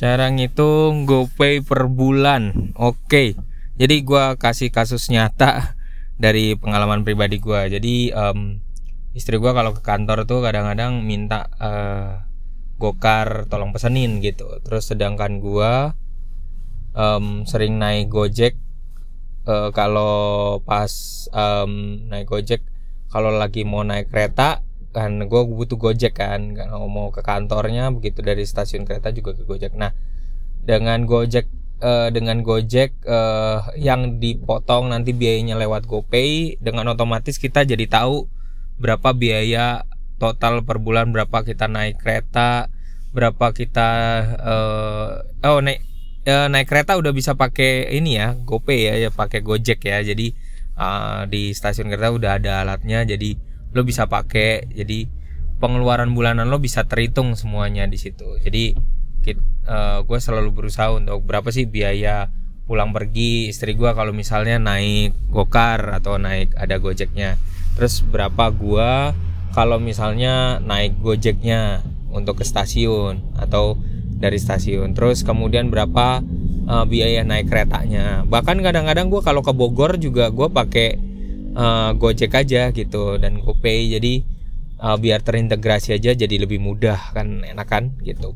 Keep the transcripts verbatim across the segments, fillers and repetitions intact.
Cara ngitung GoPay per bulan. Oke. Jadi gua kasih kasus nyata dari pengalaman pribadi gua. Jadi um, istri gua kalau ke kantor tuh kadang-kadang minta uh, Gokar tolong pesenin gitu. Terus sedangkan gua um, sering naik Gojek. Uh, kalau pas um, naik Gojek, kalau lagi mau naik kereta kan gue butuh Gojek kan, kalau mau ke kantornya begitu dari stasiun kereta juga ke Gojek. Nah dengan Gojek uh, dengan Gojek uh, yang dipotong nanti biayanya lewat GoPay, dengan otomatis kita jadi tahu berapa biaya total per bulan, berapa kita naik kereta, berapa kita uh, oh naik uh, naik kereta udah bisa pakai ini ya GoPay ya, ya pakai Gojek ya. Jadi uh, di stasiun kereta udah ada alatnya, jadi lo bisa pakai, jadi pengeluaran bulanan lo bisa terhitung semuanya di situ. Jadi uh, gue selalu berusaha untuk berapa sih biaya pulang pergi istri gue kalau misalnya naik Gokar atau naik ada Gojeknya, terus berapa gue kalau misalnya naik Gojeknya untuk ke stasiun atau dari stasiun, terus kemudian berapa uh, biaya naik keretanya. Bahkan kadang-kadang gue kalau ke Bogor juga gue pakai Uh, Gojek aja gitu dan GoPay, jadi uh, biar terintegrasi aja, jadi lebih mudah kan, enak kan gitu.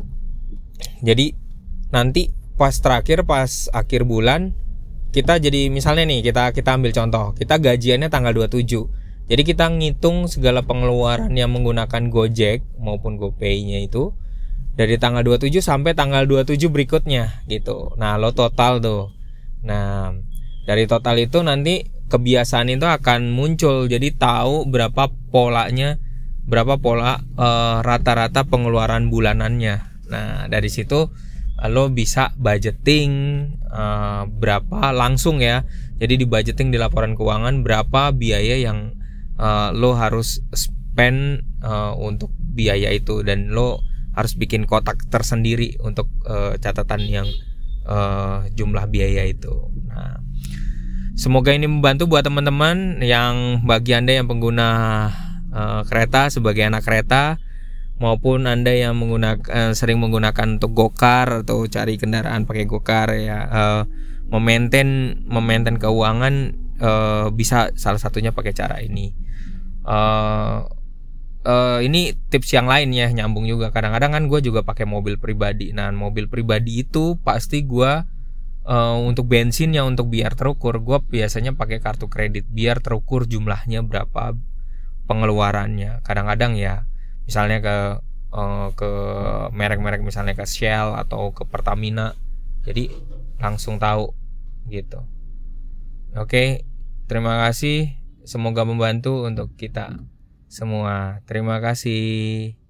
Jadi nanti pas terakhir pas akhir bulan kita jadi misalnya nih kita kita ambil contoh, kita gajiannya tanggal dua puluh tujuh. Jadi kita ngitung segala pengeluaran yang menggunakan Gojek maupun GoPay-nya itu dari tanggal dua puluh tujuh sampai tanggal dua puluh tujuh berikutnya gitu. Nah, lo total tuh. Nah, dari total itu nanti kebiasaan itu akan muncul, jadi tahu berapa polanya, berapa pola uh, rata-rata pengeluaran bulanannya. Nah dari situ uh, lo bisa budgeting uh, berapa langsung ya. Jadi di budgeting di laporan keuangan berapa biaya yang uh, lo harus spend uh, untuk biaya itu, dan lo harus bikin kotak tersendiri untuk uh, catatan yang uh, jumlah biaya itu. Nah, semoga ini membantu buat teman-teman yang bagi Anda yang pengguna uh, kereta sebagai anak kereta, maupun Anda yang menggunakan uh, sering menggunakan untuk Gokar atau cari kendaraan pakai Gokar ya, uh, memaintain memaintain keuangan uh, bisa salah satunya pakai cara ini. Uh, uh, ini tips yang lain ya, nyambung juga. Kadang-kadang kan gue juga pakai mobil pribadi. Nah mobil pribadi itu pasti gue Uh, untuk bensinnya, untuk biar terukur, gue biasanya pakai kartu kredit biar terukur jumlahnya berapa pengeluarannya. Kadang-kadang ya misalnya ke uh, ke merek-merek misalnya ke Shell atau ke Pertamina, jadi langsung tahu gitu. Oke, terima kasih, semoga membantu untuk kita semua. Terima kasih.